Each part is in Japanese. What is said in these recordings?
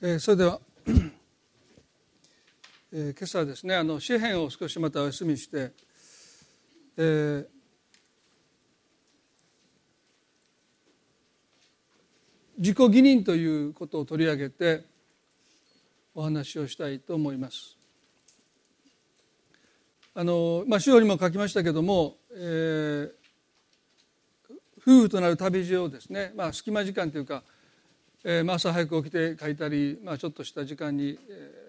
それでは、今朝はですね、詩編を少しまたお休みして、自己義認ということを取り上げてお話をしたいと思います。資料にも書きましたけども、夫婦となる旅路をですね、隙間時間というか、朝早く起きて書いたり、ちょっとした時間に、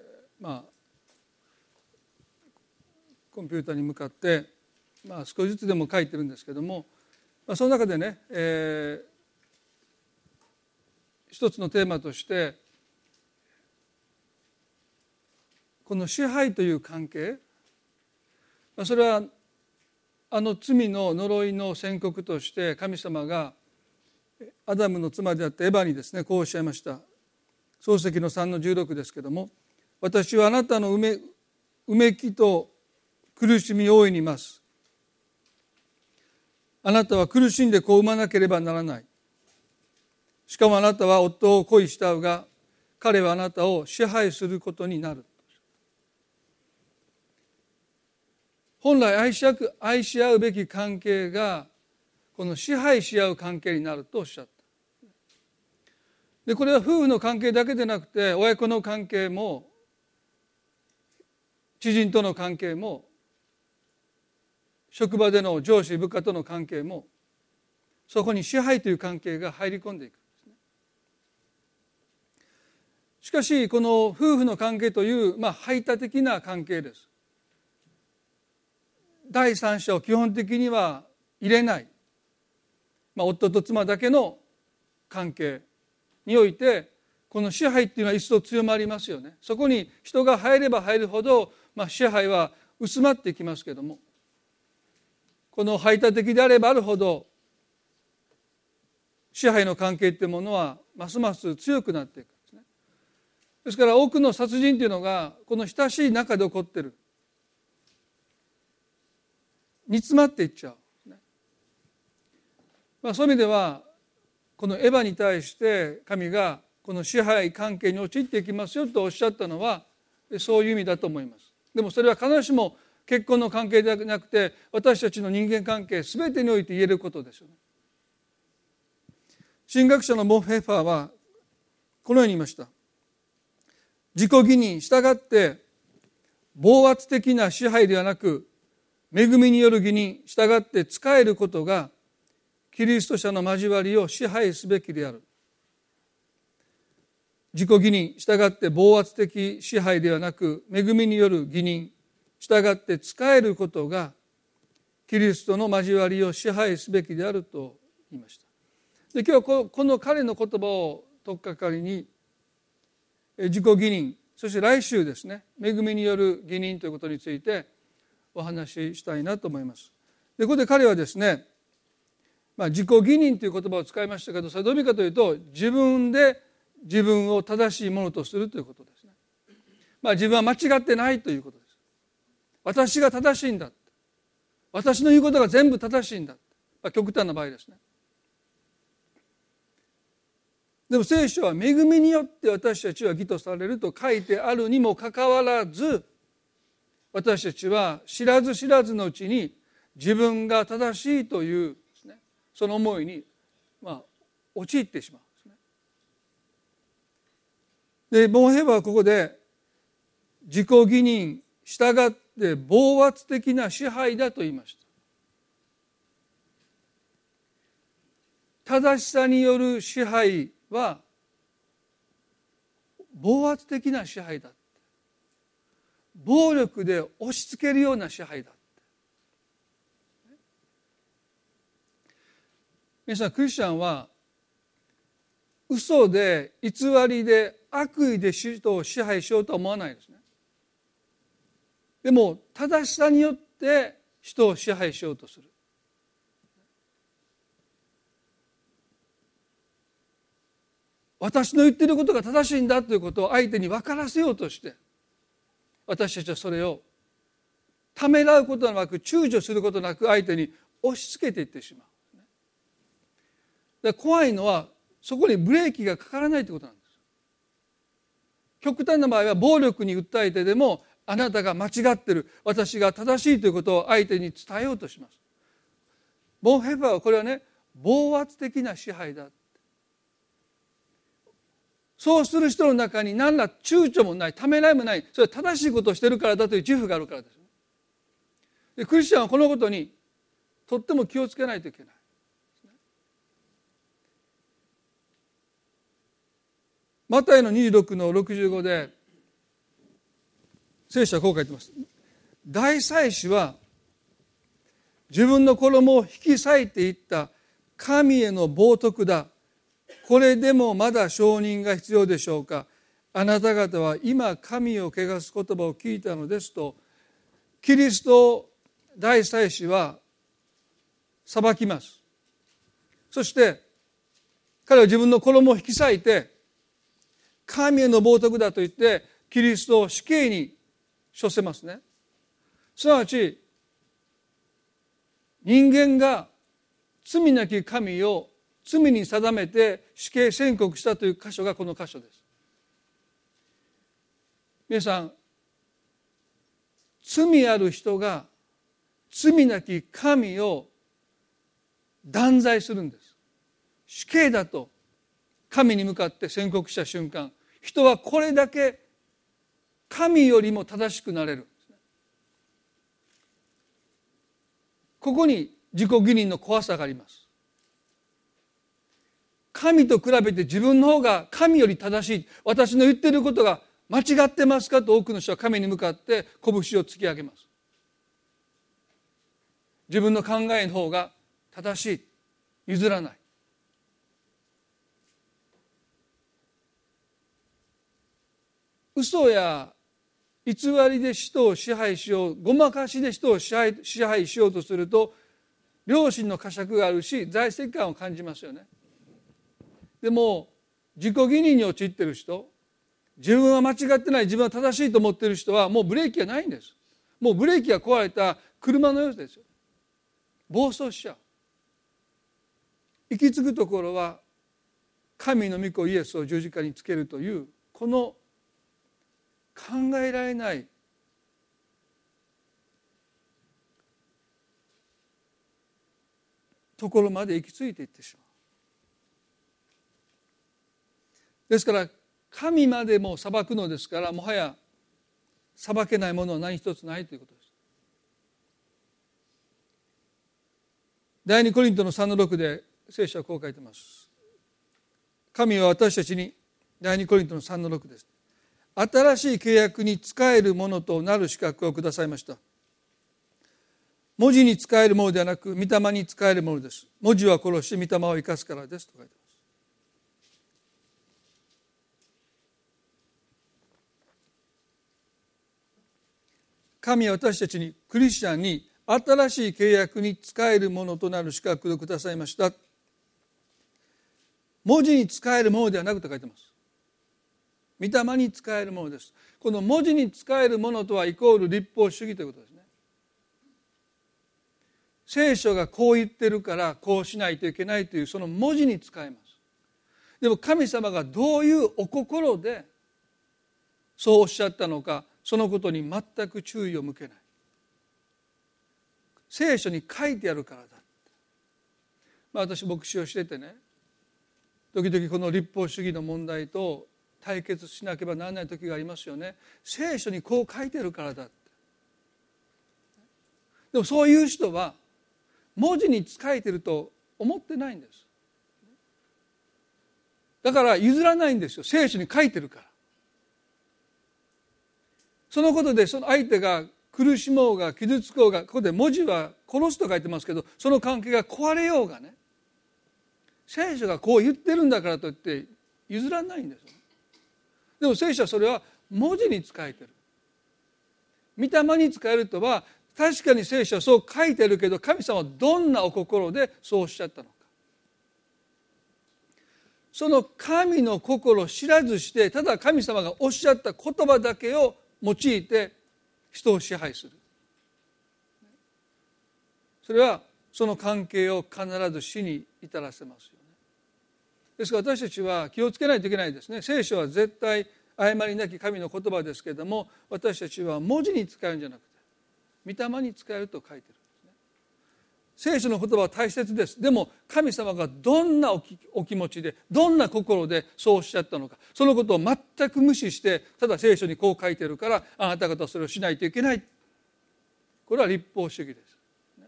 コンピューターに向かって、少しずつでも書いてるんですけども、その中でね、一つのテーマとしてこの支配という関係、それは罪の呪いの宣告として神様がアダムの妻であったエバにですね、こうおっしゃいました。創世記の3-16ですけども、私はあなたのうめきと苦しみを大いに増す。あなたは苦しんで子を産まなければならない。しかもあなたは夫を恋したうが、彼はあなたを支配することになる。本来愛し合うべき関係がこの支配し合う関係になるとおっしゃった。でこれは夫婦の関係だけでなくて、親子の関係も知人との関係も職場での上司部下との関係も、そこに支配という関係が入り込んでいくんですね。しかしこの夫婦の関係という排他的な関係です。第三者を基本的には入れない、夫と妻だけの関係において、この支配っていうのは一層強まりますよね。そこに人が入れば入るほど、支配は薄まっていきますけども、この排他的であればあるほど支配の関係っていうものはますます強くなっていくんですね。ですから多くの殺人というのがこの親しい中で起こっている、煮詰まっていっちゃう。そういう意味ではこのエヴァに対して神がこの支配関係に陥っていきますよとおっしゃったのはそういう意味だと思います。でもそれは必ずしも結婚の関係ではなくて、私たちの人間関係全てにおいて言えることですよね。神学者のボン・ヘッファーはこのように言いました。自己義認、従って暴圧的な支配ではなく、恵みによる義認、従って仕えることがキリスト者の交わりを支配すべきである。自己義認、従って暴圧的支配ではなく、恵みによる義認、従って仕えることがキリストの交わりを支配すべきであると言いました。で今日はこの彼の言葉を取っかかりに、自己義認、そして来週ですね、恵みによる義認ということについてお話ししたいなと思います。でここで彼はですね、自己義認という言葉を使いましたけど、それはどういう意味かというと、自分で自分を正しいものとするということですね。自分は間違ってないということです。私が正しいんだ、私の言うことが全部正しいんだ、極端な場合ですね。でも聖書は恵みによって私たちは義とされると書いてあるにもかかわらず、私たちは知らず知らずのうちに自分が正しいというですね、その思いに陥ってしまうんですね。でボンヘバはここで自己義認、従って暴圧的な支配だと言いました。正しさによる支配は暴圧的な支配だ。暴力で押し付けるような支配だ。皆さん、クリスチャンは嘘で偽りで悪意で人を支配しようとは思わないですね。でも正しさによって人を支配しようとする。私の言っていることが正しいんだということを相手に分からせようとして、私たちはそれをためらうことなく、躊躇することなく相手に押し付けていってしまう。で怖いのはそこにブレーキがかからないということなんです。 極端な場合は暴力に訴えてでもあなたが間違ってる、私が正しいということを相手に伝えようとします。ボンヘッファーはこれはね、暴圧的な支配だ。そうする人の中に何ら躊躇もない、ためらいもない、それは正しいことをしているからだという自負があるからです。でクリスチャンはこのことにとっても気をつけないといけない。マタイの26の65で聖書はこう書いてます。大祭司は自分の衣を引き裂いていった神への冒涜だ。これでもまだ証人が必要でしょうか。あなた方は今神を汚す言葉を聞いたのですと、キリスト大祭司は裁きます。そして彼は自分の衣を引き裂いて神への冒涜だと言ってキリストを死刑に処せますね。すなわち人間が罪なき神を罪に定めて死刑宣告したという箇所がこの箇所です。皆さん、罪ある人が罪なき神を断罪するんです。死刑だと神に向かって宣告した瞬間、人はこれだけ神よりも正しくなれるんですね。ここに自己義認の怖さがあります。神と比べて自分の方が神より正しい、私の言っていることが間違ってますかと多くの人は神に向かって拳を突き上げます。自分の考えの方が正しい、譲らない。嘘や偽りで人を支配しよう、ごまかしで人を支配しようとすると良心の呵責があるし罪責感を感じますよね。でも自己義認に陥っている人、自分は間違ってない、自分は正しいと思っている人はもうブレーキがないんです。もうブレーキが壊れた車の様子ですよ。暴走しちゃう。行き着くところは神の御子イエスを十字架につけるというこの考えられないところまで行き着いていってしまう。ですから神までも裁くのですから、もはや裁けないものは何一つないということです。第2コリントの3の6で聖書はこう書いています。神は私たちに、第2コリントの3の6です、新しい契約に仕えるものとなる資格をくださいました。文字に仕えるものではなく御霊に仕えるものです。文字は殺し御霊を生かすからですと書いています。神は私たちに、クリスチャンに新しい契約に仕えるものとなる資格をくださいました。文字に仕えるものではなくと書いてます。御霊に仕えるものです。この文字に仕えるものとはイコール律法主義ということですね。聖書がこう言ってるからこうしないといけないというその文字に仕えます。でも神様がどういうお心でそうおっしゃったのか、そのことに全く注意を向けない。聖書に書いてあるからだ。私牧師をしててね、時々この律法主義の問題と対決しなければならない時がありますよね。聖書にこう書いてるからだって。でもそういう人は文字に仕えてると思ってないんです。だから譲らないんですよ。聖書に書いてるから。そのことでその相手が苦しもうが傷つこうが、ここで文字は殺すと書いてますけど、その関係が壊れようがね、聖書がこう言ってるんだからといって譲らないんですよ。でも聖書はそれは文字に仕えてる。御霊に仕えるとは、確かに聖書はそう書いてるけど、神様はどんなお心でそうおっしゃったのか。その神の心を知らずして、ただ神様がおっしゃった言葉だけを用いて人を支配する。それはその関係を必ず死に至らせますよね。ですから私たちは気をつけないといけないですね。聖書は絶対誤りなき神の言葉ですけれども、私たちは文字に使えるんじゃなくて御霊に使えると書いてるんですね。聖書の言葉は大切です。でも神様がどんなお気持ちで、どんな心でそうおっしゃったのか、そのことを全く無視して、ただ聖書にこう書いてるからあなた方はそれをしないといけない、これは律法主義です。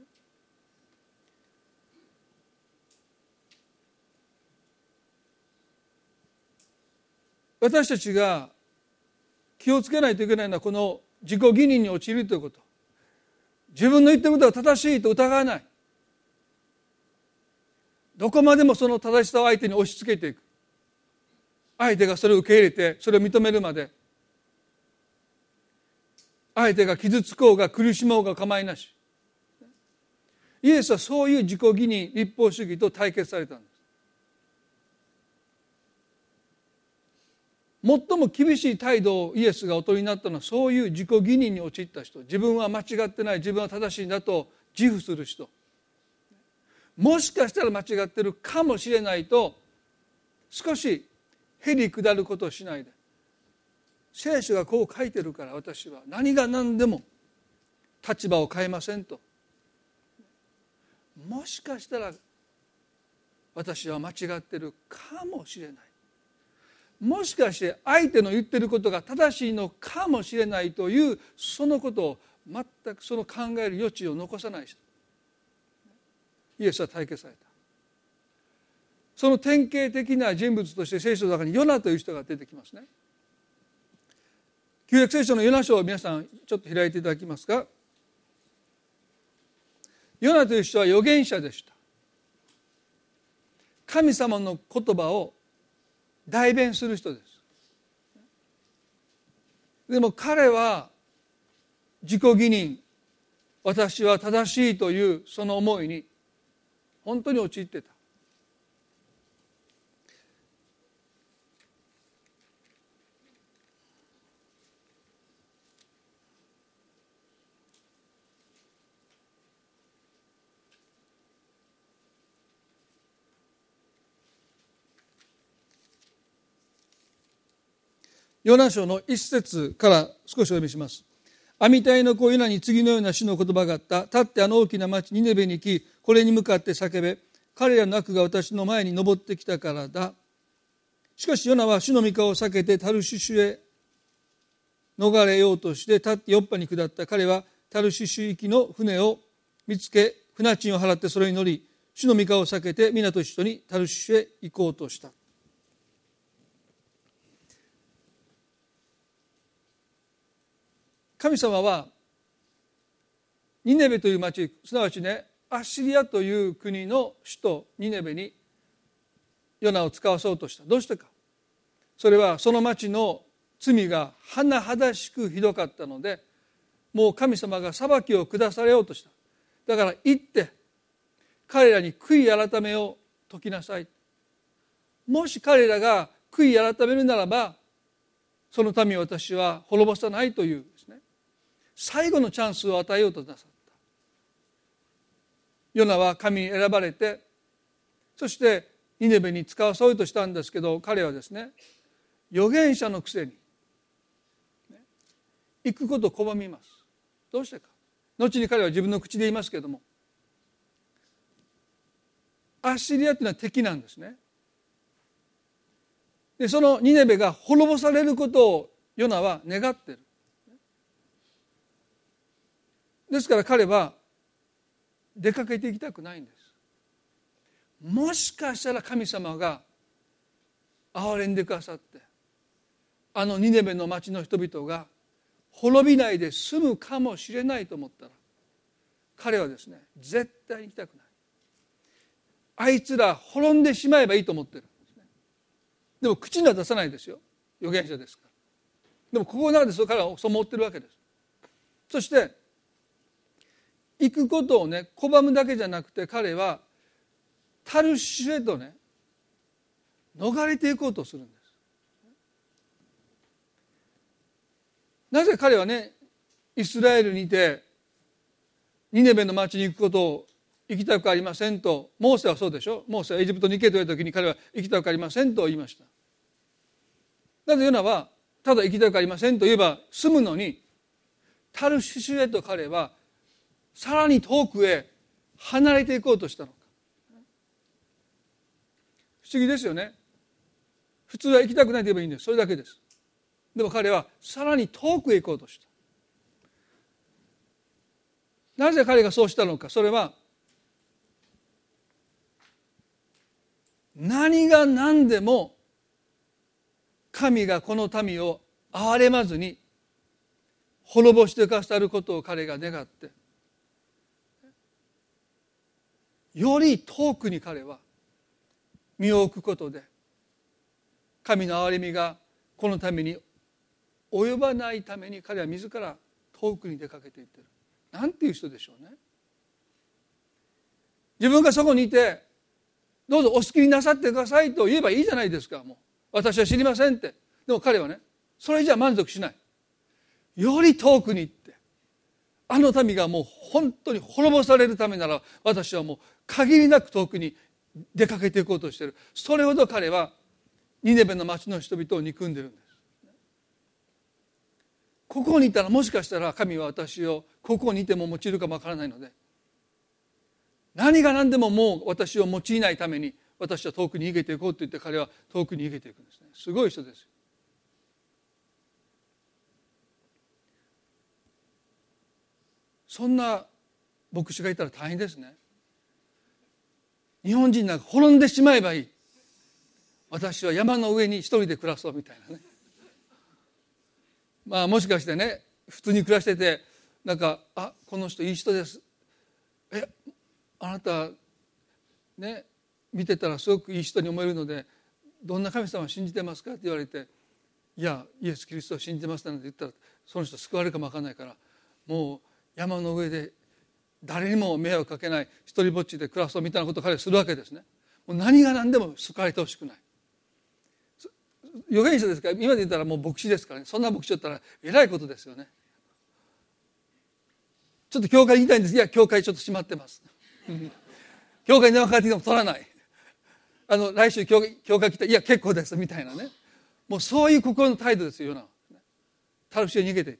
私たちが気をつけないといけないのはこの自己義認に陥るということ。自分の言ってることが正しいと疑わない。どこまでもその正しさを相手に押し付けていく。相手がそれを受け入れてそれを認めるまで、相手が傷つこうが苦しもうが構いなし。イエスはそういう自己義認、律法主義と対決されたんです。最も厳しい態度をイエスがお取りになったのは、そういう自己義認に陥った人、自分は間違ってない、自分は正しいんだと自負する人、もしかしたら間違ってるかもしれないと少しへり下ることをしないで、聖書がこう書いてるから私は何が何でも立場を変えませんと。もしかしたら私は間違ってるかもしれない、もしかして相手の言ってることが正しいのかもしれないというそのことを全くその考える余地を残さない人、イエスは対決された。その典型的な人物として聖書の中にヨナという人が出てきますね。旧約聖書のヨナ書を皆さんちょっと開いていただきますか。ヨナという人は預言者でした。神様の言葉を代弁する人です。でも彼は自己義認、私は正しいというその思いに本当に陥ってた。ヨナ書の一節から少しお読みします。アミタイの子ヨナに次のような主の言葉があった。立ってあの大きな町ニネベに行き、これに向かって叫べ。彼らの悪が私の前に上ってきたからだ。しかしヨナは主の御顔を避けてタルシシュへ逃れようとして立ってヨッパに下った。彼はタルシシュ行きの船を見つけ、船賃を払ってそれに乗り、主の御顔を避けて皆と一緒にタルシシュへ行こうとした。神様はニネベという町、すなわちね、アッシリアという国の首都ニネベにヨナを使わそうとした。どうしてか。それはその町の罪が甚だしくひどかったので、もう神様が裁きを下されようとした。だから行って彼らに悔い改めを説きなさい。もし彼らが悔い改めるならば、その民を私は滅ぼさないというですね、最後のチャンスを与えようとなさった。ヨナは神に選ばれて、そしてニネベに使わそうとしたんですけど、彼はですね、預言者のくせに行くことを拒みます。どうしてか。後に彼は自分の口で言いますけれども、アッシリアというのは敵なんですね。でそのニネベが滅ぼされることをヨナは願っている。ですから彼は出かけていきたくないんです。もしかしたら神様が憐れんでくださって、あのニネベの町の人々が滅びないで済むかもしれないと思ったら、彼はですね、絶対に行きたくない。あいつら滅んでしまえばいいと思ってるんですね。でも口には出さないですよ、預言者ですから。でもここの中で彼はそう思ってるわけです。そして行くことをね、拒むだけじゃなくて、彼はタルシシュへとね、逃れていこうとするんです。なぜ彼はね、イスラエルにいてニネベの町に行くことを行きたくありませんと、モーセはそうでしょ。モーセはエジプトに行けと言われた時に彼は行きたくありませんと言いました。なぜヨナはただ行きたくありませんと言えば済むのに、タルシシュへと彼はさらに遠くへ離れていこうとしたのか。不思議ですよね。普通は行きたくないと言えばいいんです。それだけです。でも彼はさらに遠くへ行こうとした。なぜ彼がそうしたのか。それは何が何でも神がこの民を憐れまずに滅ぼしてくださることを彼が願って、より遠くに彼は身を置くことで、神の憐れみがこのために及ばないために彼は自ら遠くに出かけていっている。なんていう人でしょうね。自分がそこにいて、どうぞお好きになさってくださいと言えばいいじゃないですか。もう私は知りませんって。でも彼はね、それじゃ満足しない。より遠くに行って、あの民がもう本当に滅ぼされるためなら、私はもう限りなく遠くに出かけていこうとしている。それほど彼はニネベの町の人々を憎んでいるんです。ここにいたらもしかしたら神は私をここにいても用いるかもわからないので、何が何でももう私を用いないために私は遠くに逃げていこうと言って、彼は遠くに逃げていくんですね。すごい人ですよ。そんな牧師がいたら大変ですね。日本人なんか滅んでしまえばいい、私は山の上に一人で暮らそうみたいなね。まあもしかしてね、普通に暮らしてて、なんかこの人いい人です、あなたね見てたらすごくいい人に思えるので、どんな神様を信じてますかって言われて、いやイエス・キリストを信じてますなんて言ったら、その人救われるかもわからないから、もう山の上で誰にも迷惑かけない一人ぼっちで暮らそうみたいなことを彼はするわけですね。もう何が何でも救われてほしくない。預言者ですから、今で言ったらもう牧師ですからね。そんな牧師だったらえらいことですよね。ちょっと教会に行きたいんです。いや教会ちょっと閉まってます教会に電話かかってきても取らない。来週教会来た、いや結構ですみたいなね。もうそういう心の態度ですよ。タルシへ逃げていった。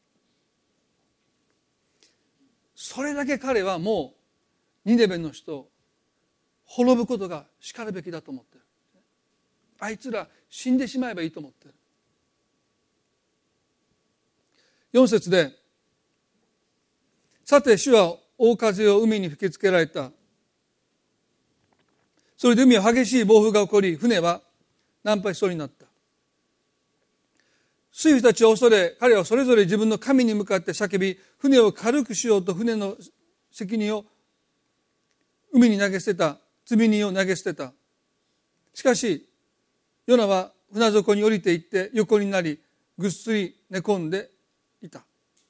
それだけ彼はもうニネベの人を滅ぶことがしかるべきだと思っている。あいつら死んでしまえばいいと思っている。4節で、さて主は大風を海に吹きつけられた。それで海は激しい暴風が起こり、船は難破しそうになった。水夫たちを恐れ、彼はそれぞれ自分の神に向かって叫び、船を軽くしようと船の責任を海に投げ捨てた。積み荷を投げ捨てた。しかしヨナは船底に降りていって横になり、ぐっすり寝込んでいた。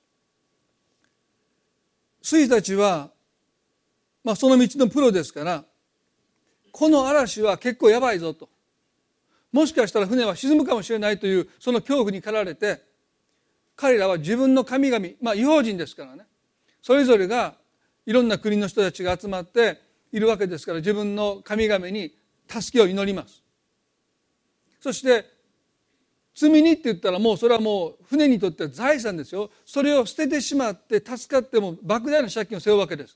水夫たちは、その道のプロですから、この嵐は結構やばいぞと、もしかしたら船は沈むかもしれないというその恐怖に駆られて、彼らは自分の神々、異邦人ですからね、それぞれがいろんな国の人たちが集まっているわけですから、自分の神々に助けを祈ります。そして積み荷って言ったら、もうそれはもう船にとっては財産ですよ。それを捨ててしまって助かっても莫大な借金を背負うわけです。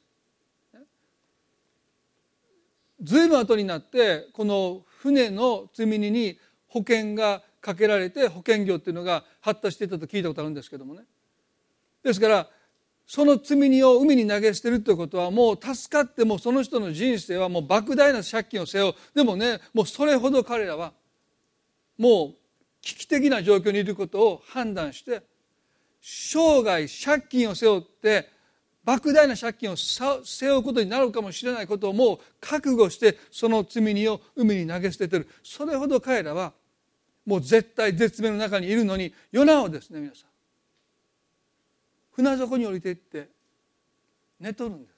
ずいぶん後になってこの船の積み荷に保険がかけられて、保険業っていうのが発達していたと聞いたことあるんですけどもね。ですからその積み荷を海に投げ捨てるということは、もう助かってもその人の人生はもう莫大な借金を背負う。でもね、もうそれほど彼らはもう危機的な状況にいることを判断して、生涯借金を背負って莫大な借金を背負うことになるかもしれないことをもう覚悟して、その積み荷を海に投げ捨てている。それほど彼らはもう絶対絶命の中にいるのに、ヨナをですね、皆さん船底に降りていって寝とるんです。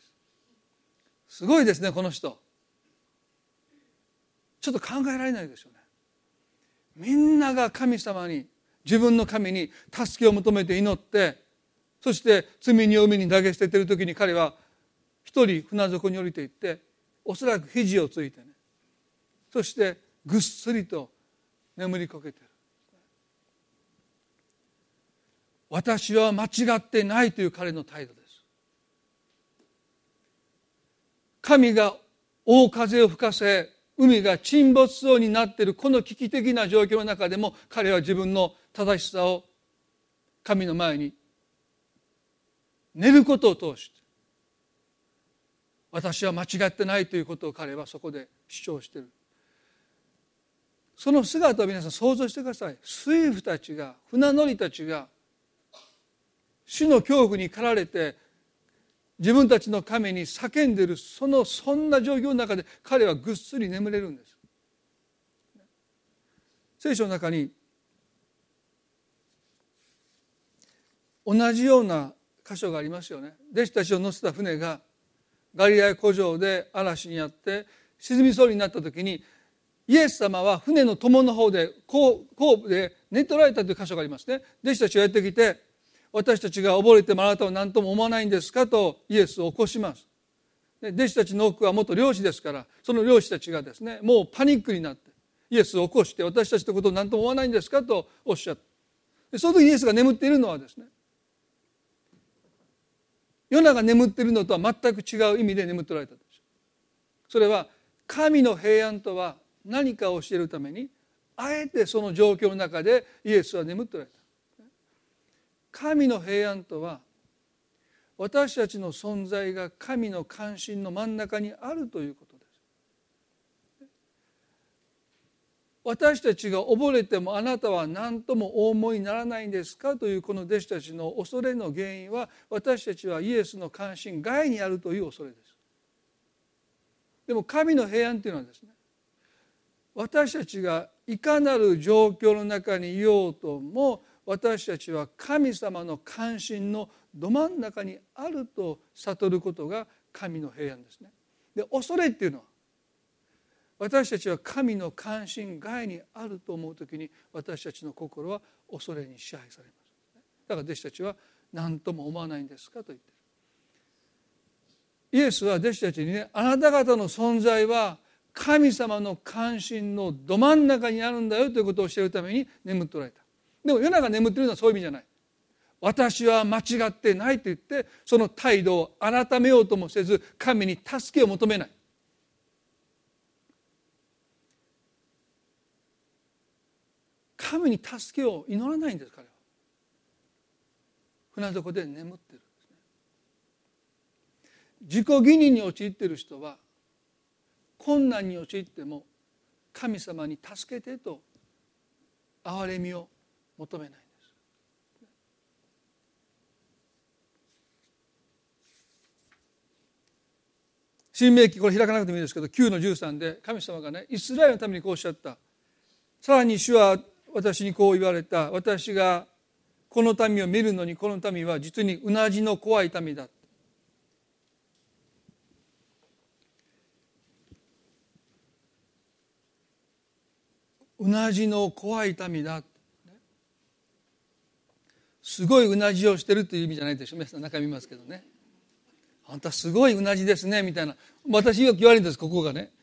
すごいですね、この人。ちょっと考えられないですよね。みんなが神様に、自分の神に助けを求めて祈って、そして積み荷を海に投げ捨てている時に、彼は一人船底に降りていって、おそらく肘をついてね、そしてぐっすりと眠りこけている。 私は間違ってないという彼の態度です。神が大風を吹かせ、海が沈没しそうになっているこの危機的な状況の中でも、彼は自分の正しさを神の前に寝ることを通して、私は間違ってないということを彼はそこで主張している。その姿を皆さん想像してください。水夫たちが、船乗りたちが死の恐怖に駆られて自分たちの神に叫んでいる、そんな状況の中で彼はぐっすり眠れるんです。聖書の中に同じような箇所がありますよね。弟子たちを乗せた船がガリラヤ湖上で嵐にあって沈みそうになった時に、イエス様は船の友の方で後部で寝取られたという箇所がありますね。弟子たちがやってきて、私たちが溺れてもあなたは何とも思わないんですかとイエスを起こします。弟子たちの多くは元漁師ですから、その漁師たちがですね、もうパニックになってイエスを起こして、私たちのことを何とも思わないんですかとおっしゃった。その時にイエスが眠っているのはですね、ヨナが眠っているのとは全く違う意味で眠っておられたんです。それは神の平安とは何かを教えるために、あえてその状況の中でイエスは眠っておられた。神の平安とは、私たちの存在が神の関心の真ん中にあるということです。私たちが溺れてもあなたは何ともお思いにならないんですかというこの弟子たちの恐れの原因は、私たちはイエスの関心外にあるという恐れです。でも神の平安というのはですね、私たちがいかなる状況の中にいようとも、私たちは神様の関心のど真ん中にあると悟ることが神の平安ですね。で、恐れっていうのは、私たちは神の関心外にあると思うときに、私たちの心は恐れに支配されます。だから弟子たちは何とも思わないんですかと言っている。イエスは弟子たちにね、あなた方の存在は神様の関心のど真ん中にあるんだよということを教えるために眠っておられた。でもヨナが眠っているのはそういう意味じゃない。私は間違ってないと言って、その態度を改めようともせず、神に助けを求めない。神に助けを祈らないんです、彼は。船底で眠っているんですね。自己義認に陥っている人は、困難に陥っても神様に助けてと憐れみを求めないんです。申命記、これ開かなくてもいいですけど、9の13で神様がね、イスラエルのためにこうおっしゃった。さらに主は私にこう言われた。私がこの民を見るのに、この民は実にうなじの怖い民だ。うなじの怖い民だ。すごいうなじをしてるという意味じゃないでしょう。皆さん中見ますけどね。あんたすごいうなじですねみたいな。私よく言われるんです。ここがね、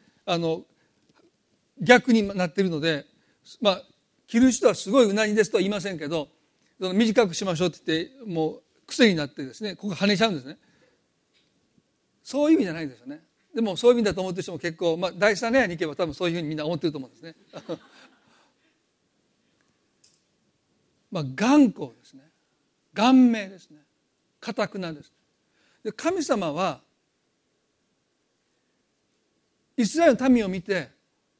逆になっているので、着る人はすごいうなじですとは言いませんけど、短くしましょうって言ってもう癖になってですね、ここ跳ねちゃうんですね。そういう意味じゃないですよね。でもそういう意味だと思ってる人も結構、第三例に行けば多分そういうふうにみんな思ってると思うんですね。頑固ですね。顔面ですね。堅くなです。で、神様はイスラエルの民を見て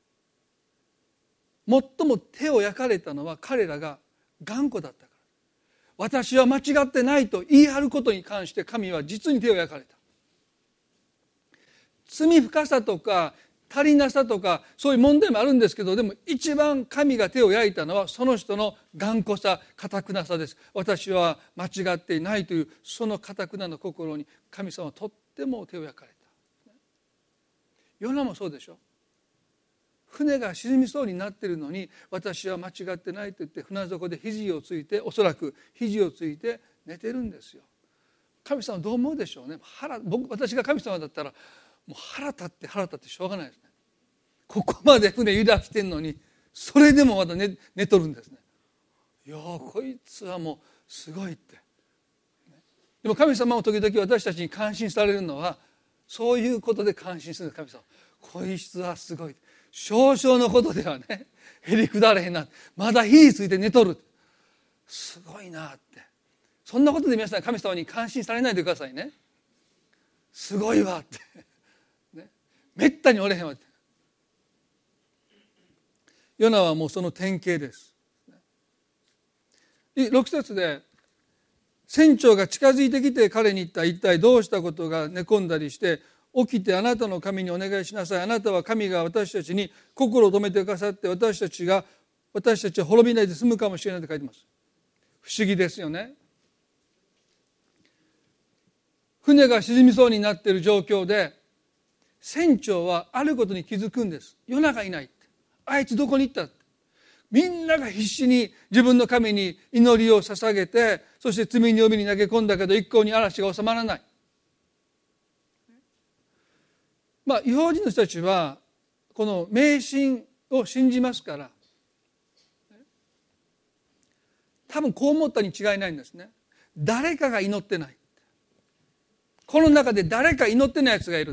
最も手を焼かれたのは彼らが頑固だったから。私は間違ってないと言い張ることに関して神は実に手を焼かれた。罪深さとか足りなさとかそういう問題もあるんですけど、でも一番神が手を焼いたのはその人の頑固さ、堅くなさです。私は間違っていないというその堅くなの心に神様はとっても手を焼かれた。ヨナもそうでしょ。船が沈みそうになっているのに、私は間違ってないと言って船底で肘をついて、おそらく肘をついて寝てるんですよ。神様どう思うでしょうね。私が神様だったらもう腹立ってしょうがないですね。ここまで船揺らしてんのにそれでもまだ 寝とるんですね。いやこいつはもうすごいって。でも神様も時々私たちに感心されるのはそういうことで感心するんです。神様、こいつはすごい、少々のことではねへりくだれへんな、まだ火について寝とる、すごいなって。そんなことで皆さん神様に感心されないでくださいね。すごいわって、ね、めったにおれへんわって。ヨナはもうその典型です。6節で船長が近づいてきて彼に言った。一体どうしたことが寝込んだりして、起きてあなたの神にお願いしなさい。あなたは神が私たちに心を止めてくださって私たちは滅びないで済むかもしれないと書いてます。不思議ですよね。船が沈みそうになっている状況で船長はあることに気づくんです。ヨナがいないって、あいつどこに行ったって。みんなが必死に自分の神に祈りを捧げて、そして罪に海に投げ込んだけど一向に嵐が収まらない。異邦人の人たちはこの迷信を信じますから、多分こう思ったに違いないんですね。誰かが祈ってない、この中で誰か祈ってないやつがいるって、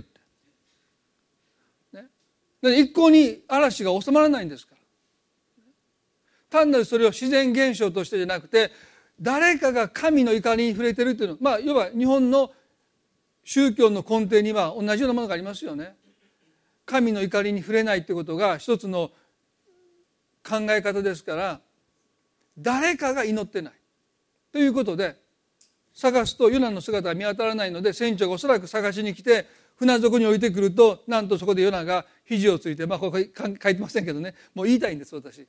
ね、で一向に嵐が収まらないんですから。単なるそれを自然現象としてじゃなくて、誰かが神の怒りに触れてるというのは、要は日本の宗教の根底には同じようなものがありますよね。神の怒りに触れないということが一つの考え方ですから、誰かが祈ってないということで探すとヨナの姿が見当たらないので、船長がおそらく探しに来て船底に降りてくると、なんとそこでヨナが肘をついて、ここ書いてませんけどね、もう言いたいんです私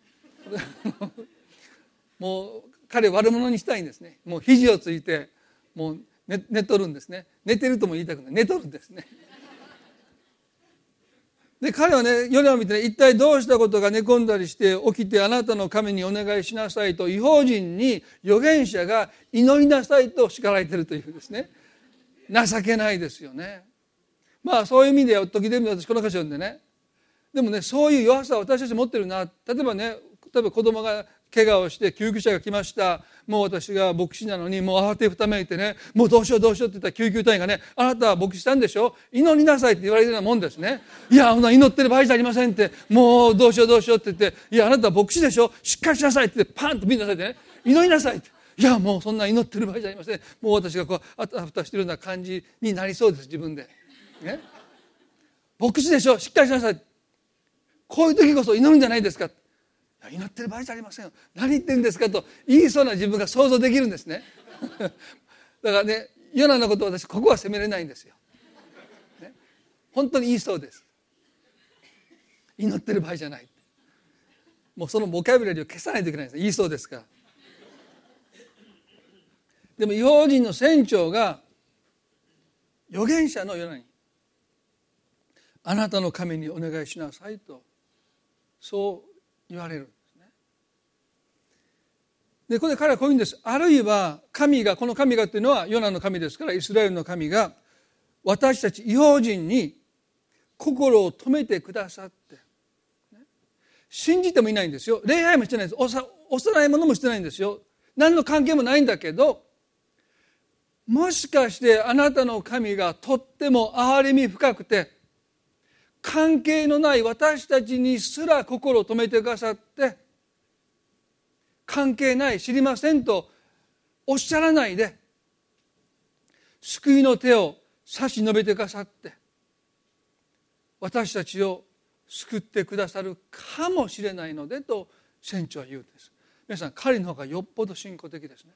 もう彼を悪者にしたいんですね。もう肘をついてもう 寝とるんですね。寝てるとも言いたくない、寝とるんですね。で彼はね、ヨナを見て、ね、一体どうしたことが寝込んだりして起きてあなたの神にお願いしなさいと異邦人に預言者が祈りなさいと叱られているというですね。情けないですよね。そういう意味では時々私この箇所読んでね、でもね、そういう弱さを私たち持ってるな。例えば子供が怪我をして救急車が来ました。もう私が牧師なのにもう慌てふためいてね、もうどうしようって言ったら救急隊員がね、あなたは牧師したんでしょ、祈りなさいって言われるようなもんですね。いや、祈ってる場合じゃありませんって、もうどうしようって言って、いやあなたは牧師でしょ、しっかりしなさいって言ってパンと見なさいってね、祈りなさいって、いやもうそんな祈ってる場合じゃありません、もう私がこうあたふたしてるような感じになりそうです自分で、ね、牧師でしょ、しっかりしなさい、こういう時こそ祈るんじゃないですか。祈ってる場合じゃありませんよ、何言ってるんですかと言いそうな自分が想像できるんですね。だからね、ヨナのことを私ここは責めれないんですよ、ね、本当に言いそうです。祈ってる場合じゃない、もうそのボキャブラリーを消さないといけないんです。言いそうですから。でも異邦人の船長が預言者のヨナにあなたの神にお願いしなさいとそう言われるんですね。でこれで彼はこういうんです。あるいは神が、この神がというのはヨナの神ですから、イスラエルの神が私たち異邦人に心を止めてくださって、信じてもいないんですよ。礼拝もしてないんです。お供え物もしてないんですよ。何の関係もないんだけど、もしかしてあなたの神がとっても憐れみ深くて、関係のない私たちにすら心を止めてくださって、関係ない、知りませんとおっしゃらないで救いの手を差し伸べてくださって、私たちを救ってくださるかもしれないのでと船長は言うんです。皆さん、彼の方がよっぽど信仰的ですね。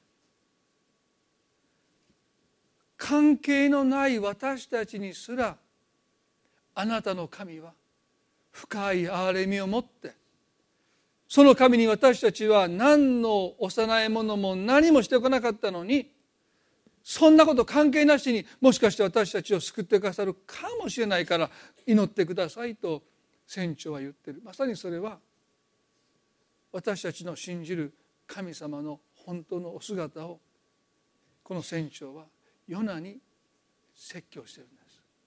関係のない私たちにすらあなたの神は深い憐れみを持って、その神に私たちは何のお供え物も何もしてこなかったのに、そんなこと関係なしにもしかして私たちを救ってくださるかもしれないから祈ってくださいと船長は言っている。まさにそれは私たちの信じる神様の本当のお姿をこの船長はヨナに説教しているんです。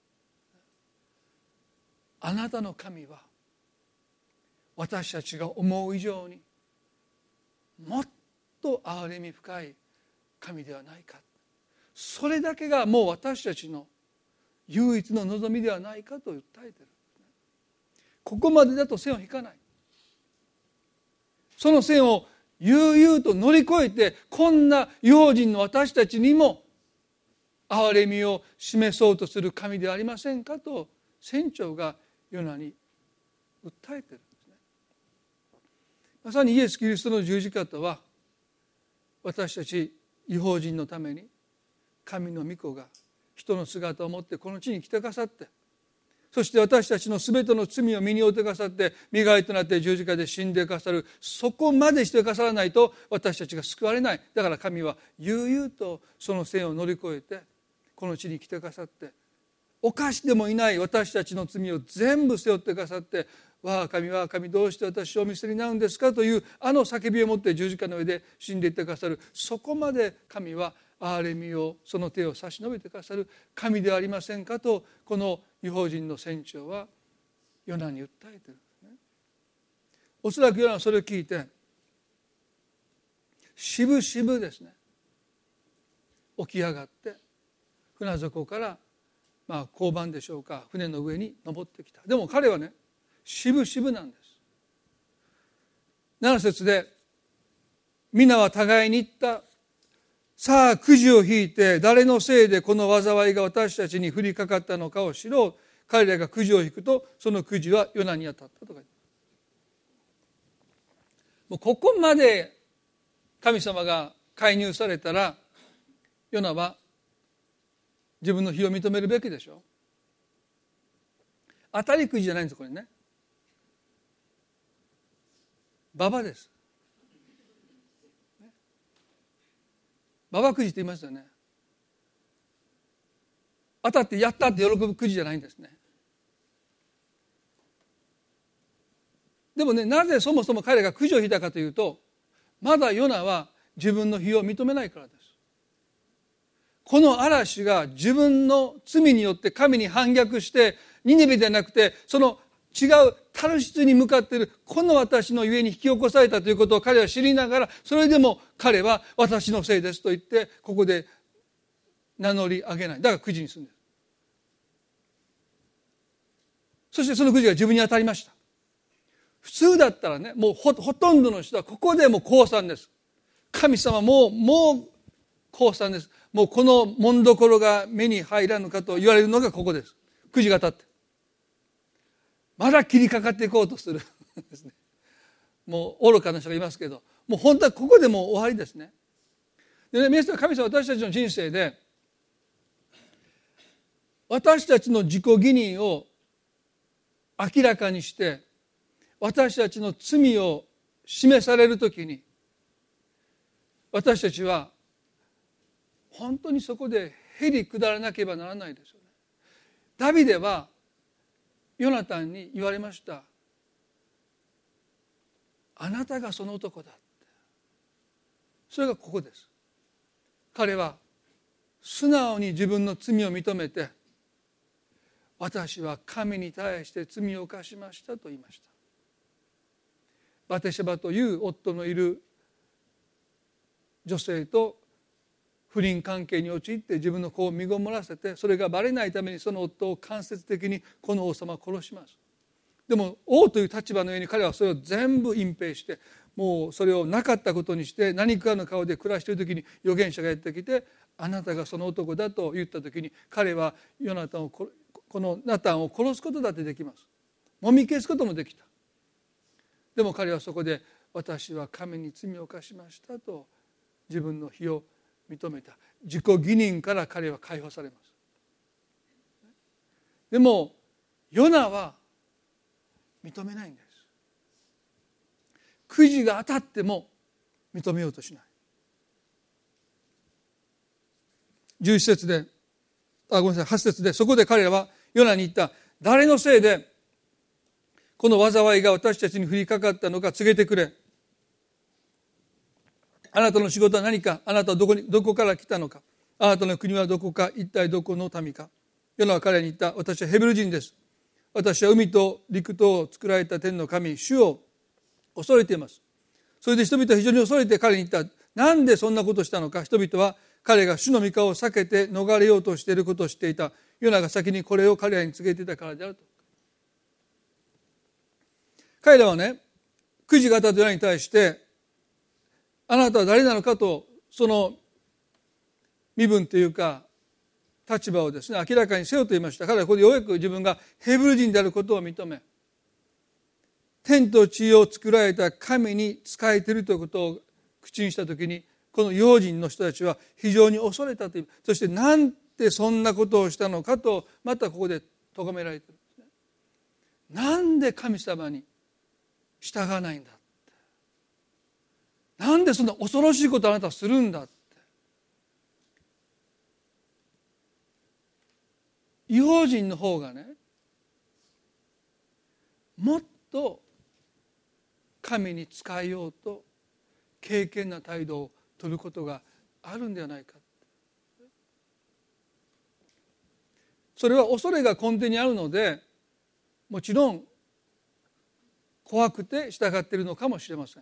あなたの神は私たちが思う以上にもっと憐れみ深い神ではないか。それだけがもう私たちの唯一の望みではないかと訴えている。ここまでだと線を引かない。その線を悠々と乗り越えて、こんな異邦人の私たちにも憐れみを示そうとする神ではありませんかと船長がヨナに訴えているんですね。まさにイエス・キリストの十字架とは、私たち異邦人のために神の御子が人の姿を持ってこの地に来てくださって、そして私たちのすべての罪を身に負ってくださって、身代わりとなって十字架で死んでくださる、そこまでしてくださらないと私たちが救われない。だから神は悠々とその線を乗り越えてこの地に来てくださって、犯してもいない私たちの罪を全部背負ってくださって、我が神我が神どうして私をお見捨てになるんですかというあの叫びを持って十字架の上で死んでいってくださる、そこまで神は憐れみを、その手を差し伸べてくださる神ではありませんかと、この異邦人の船長はヨナに訴えているんですね。おそらくヨナはそれを聞いてしぶしぶですね、起き上がって船底から甲板でしょうか、船の上に登ってきた。でも彼はね、しぶしぶなんです。7節で、皆は互いに言った。さあくじを引いて誰のせいでこの災いが私たちに降りかかったのかを知ろう。彼らがくじを引くと、そのくじはヨナに当たったとか。もうここまで神様が介入されたら、ヨナは自分の非を認めるべきでしょ。当たりくじじゃないんです、これね。馬場です。馬場くじって言いますよね。当たってやったって喜ぶくじじゃないんですね。でもね、なぜそもそも彼がくじを引いたかというと、まだヨナは自分の非を認めないからです。この嵐が自分の罪によって神に反逆して、ニネベではなくてその違うタルシスに向かっているこの私のゆえに引き起こされたということを彼は知りながら、それでも彼は私のせいですと言ってここで名乗り上げない。だからくじにするんです。そしてそのくじが自分に当たりました。普通だったらね、もう ほとんどの人はここでもう降参です。神様もう降参です。もうこの紋所が目に入らぬかと言われるのがここです。くじが当たってまだ切りかかっていこうとするですね。もう愚かな人がいますけど、もう本当はここでもう終わりですね。でね、皆さん、神様は私たちの人生で私たちの自己義認を明らかにして私たちの罪を示されるときに、私たちは本当にそこでへり下らなければならないですよね。ダビデはヨナタンに言われました。あなたがその男だって。それがここです。彼は素直に自分の罪を認めて、私は神に対して罪を犯しましたと言いました。バテシェバという夫のいる女性と不倫関係に陥って自分の子を身ごもらせて、それがバレないためにその夫を間接的にこの王様を殺します。でも王という立場の上に彼はそれを全部隠蔽して、もうそれをなかったことにして何かの顔で暮らしている時に預言者がやってきて、あなたがその男だと言った時に、彼はヨナタンをこのナタンを殺すことだってできます。もみ消すこともできた。でも彼はそこで私は神に罪を犯しましたと自分の非を認めた。自己義認から彼は解放されます。でもヨナは認めないんです。くじが当たっても認めようとしない。11節で8節で、そこで彼らはヨナに言った。誰のせいでこの災いが私たちに降りかかったのか告げてくれ。あなたの仕事は何か、あなたはどこから来たのか、あなたの国はどこか、一体どこの民か。ヨナは彼に言った。私はヘブル人です。私は海と陸とを作られた天の神主を恐れています。それで人々は非常に恐れて彼に言った。 なんでそんなことをしたのか。人々は彼が主の御顔を避けて逃れようとしていることを知っていた。ヨナが先にこれを彼らに告げていたからであると。彼らはね、くじが当たったヨナに対して、あなたは誰なのかと、その身分というか立場をですね、明らかにせよと言いました。彼はここでようやく自分がヘブル人であることを認め、天と地を作られた神に仕えているということを口にしたときに、この用心の人たちは非常に恐れたという。そしてなんてそんなことをしたのかと、またここで咎められているんですね。なんで神様に従わないんだって、なんでそんな恐ろしいことをあなたはするんだって。異邦人の方がね、もっと神に仕えようと敬虔な態度を取ることがあるんではないか。それは恐れが根底にあるので、もちろん怖くて従っているのかもしれません。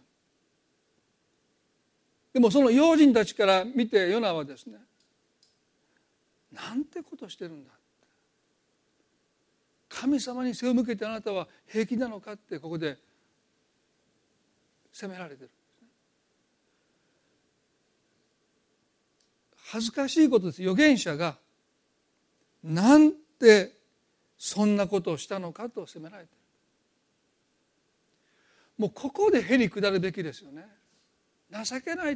でもその用心たちから見てヨナはですね、なんてことしてるんだ、神様に背を向けてあなたは平気なのかってここで責められているんですね。恥ずかしいことです。預言者がなんてそんなことをしたのかと責められている。もうここでへり下るべきですよね。情けないって。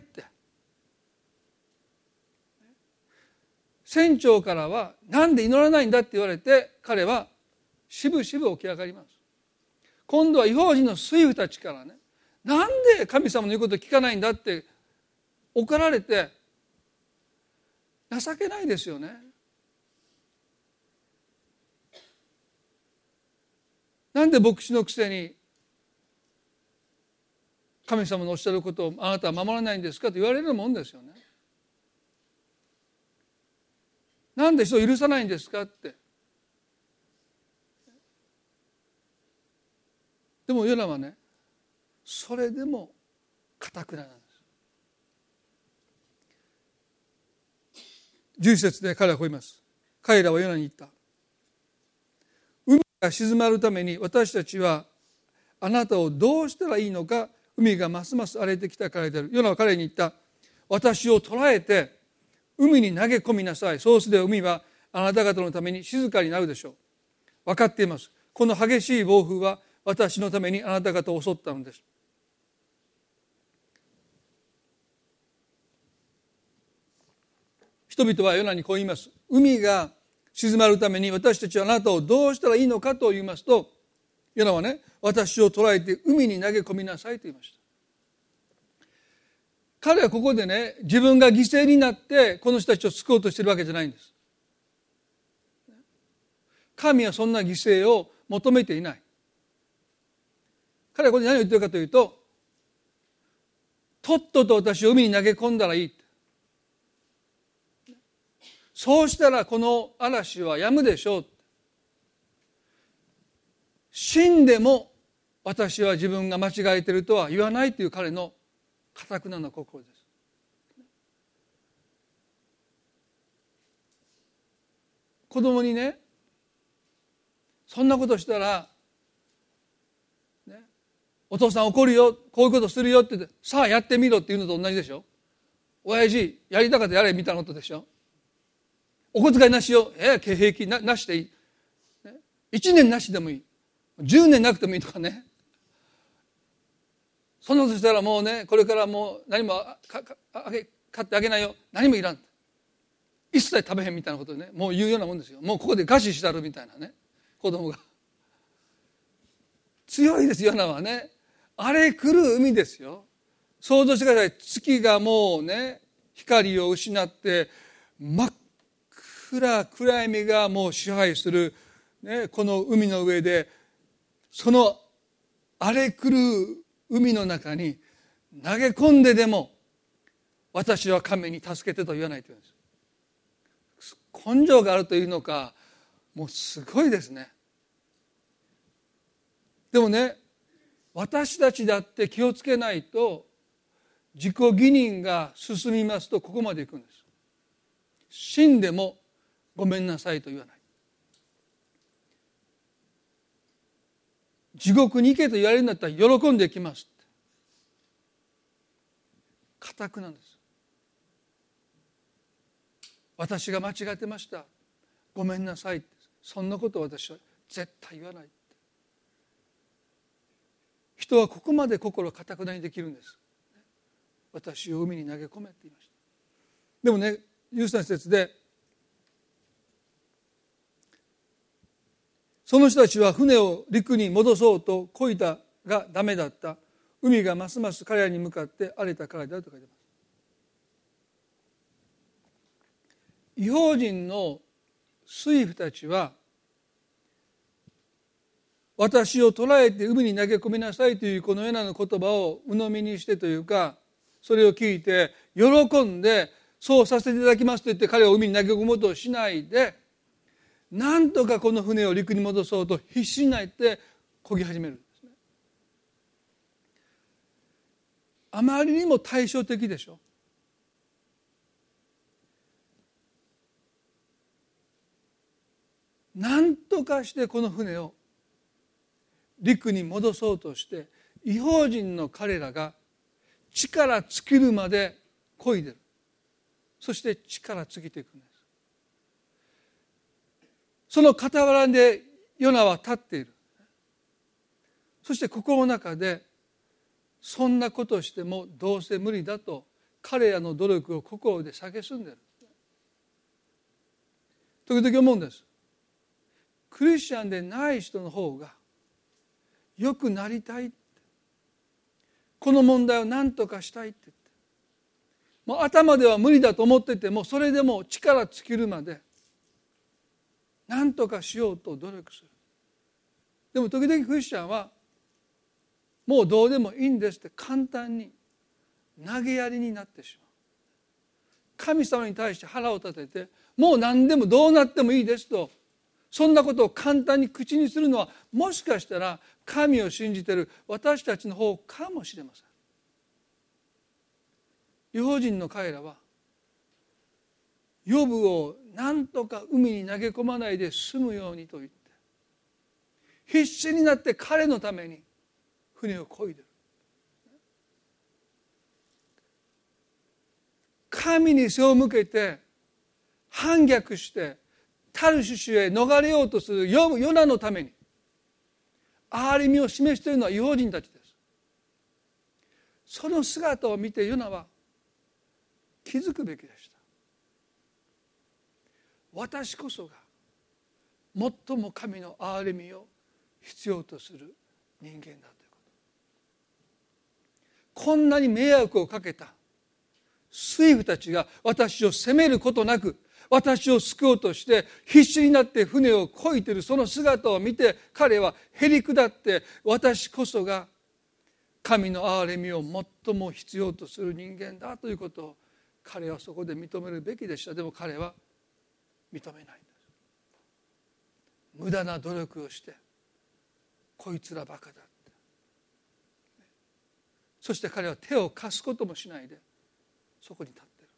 船長からはなんで祈らないんだって言われて、彼はしぶしぶ起き上がります。今度は異邦人の水夫たちからね、なんで神様の言うことを聞かないんだって怒られて、情けないですよね。なんで牧師のくせに神様のおっしゃることをあなたは守らないんですかと言われるもんですよね。なんで人を許さないんですかって。でもヨナはね、それでも堅くななんです。11節で彼はこう言います。彼らはヨナに言った。海が静まるために私たちはあなたをどうしたらいいのか、海がますます荒れてきたからである。ヨナは彼に言った。私を捕らえて海に投げ込みなさい。そうすれば海はあなた方のために静かになるでしょう。分かっています。この激しい暴風は私のためにあなた方を襲ったのです。人々はヨナにこう言います。海が静まるために私たちはあなたをどうしたらいいのかと言いますと、ヨナはね、私を捕らえて海に投げ込みなさいと言いました。彼はここでね、自分が犠牲になってこの人たちを救おうとしているわけじゃないんです。神はそんな犠牲を求めていない。彼はここで何を言っているかというと、とっとと私を海に投げ込んだらいい。そうしたらこの嵐は止むでしょう。死んでも私は自分が間違えているとは言わないという彼の堅くなな心です。子供にね、そんなことしたら、ね、お父さん怒るよ、こういうことするよって言って、さあやってみろっていうのと同じでしょ。親父やりたかったやれみたいなことでしょ。お小遣いなしよ、平気 なしでいい、ね、1年なしでもいい、10年なくてもいいとかね。そんなことしたらもうね、これからもう何も買ってあげないよ、何もいらん、一切食べへんみたいなことでね、もう言うようなもんですよ。もうここで餓死したるみたいなね、子供が。強いですヨナはね。荒れ狂う海ですよ。想像してください。月がもうね、光を失って真っ暗闇がもう支配する、ね、この海の上で、その荒れ狂う海の中に投げ込んででも私は神に助けてと言わないというんです。根性があるというのか、もうすごいですね。でもね、私たちだって気をつけないと自己義認が進みますとここまで行くんです。死んでもごめんなさいと言わない。地獄に行けと言われるんだったら喜んできますって。固くなんです。私が間違ってました。ごめんなさいって。そんなことを私は絶対言わないって。人はここまで心固くなにできるんです。私を海に投げ込めって言いました。でもね、13節でその人たちは船を陸に戻そうと漕いだがダメだった。海がますます彼らに向かって荒れたからだと書いてます。異邦人の水夫たちは私を捕らえて海に投げ込みなさいというこのような言葉を鵜呑みにしてというか、それを聞いて喜んでそうさせていただきますと言って彼を海に投げ込もうとしないで、なんとかこの船を陸に戻そうと必死になって漕ぎ始めるんですね。あまりにも対照的でしょ。なんとかしてこの船を陸に戻そうとして異邦人の彼らが力尽きるまで漕いでる。そして力尽きていくんです。その傍らでヨナは立っている。そして心の中でそんなことをしてもどうせ無理だと彼らの努力を心で蔑んでいる。時々思うんです。クリスチャンでない人の方が良くなりたいって、この問題を何とかしたいって言って、もう頭では無理だと思っててもそれでも力尽きるまで何とかしようと努力する。でも時々クリスチャンはもうどうでもいいんですって簡単に投げやりになってしまう。神様に対して腹を立ててもう何でもどうなってもいいですと、そんなことを簡単に口にするのはもしかしたら神を信じている私たちの方かもしれません。異邦人の彼らはヨブを何とか海に投げ込まないで済むようにと言って必死になって彼のために船を漕いでる。神に背を向けて反逆してタルシシュへ逃れようとするヨナのために憐れみを示しているのは異邦人たちです。その姿を見てヨナは気づくべきでした。私こそが最も神の憐れみを必要とする人間だということ。こんなに迷惑をかけた水夫たちが私を責めることなく私を救おうとして必死になって船を漕いでいるその姿を見て彼はへり下って私こそが神の憐れみを最も必要とする人間だということを彼はそこで認めるべきでした。でも彼は認めないんです。無駄な努力をしてこいつらバカだって、そして彼は手を貸すこともしないでそこに立っている。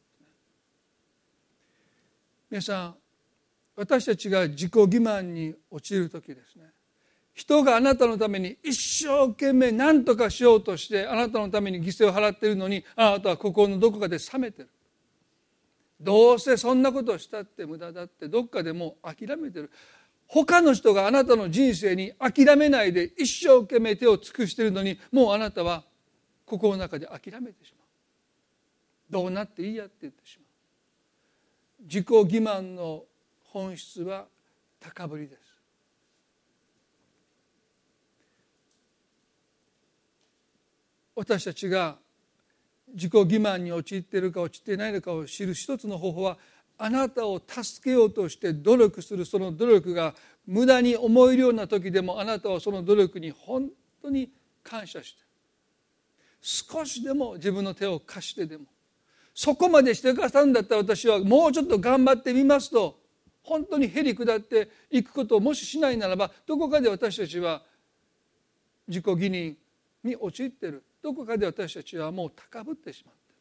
皆さん、私たちが自己欺瞞に陥るときですね、人があなたのために一生懸命何とかしようとしてあなたのために犠牲を払っているのにあなたは心のどこかで冷めてる。どうせそんなことをしたって無駄だってどっかでもう諦めてる。他の人があなたの人生に諦めないで一生懸命手を尽くしているのにもうあなたは心の中で諦めてしまう。どうなっていいやって言ってしまう。自己欺瞞の本質は高ぶりです。私たちが自己欺瞞に陥っているか陥っていないのかを知る一つの方法は、あなたを助けようとして努力するその努力が無駄に思えるような時でもあなたはその努力に本当に感謝して少しでも自分の手を貸してでもそこまでしてくださるんだったら私はもうちょっと頑張ってみますと本当にへり下っていくことをもししないならばどこかで私たちは自己義認に陥っている。 どこかで私たちはもう高ぶってしまってい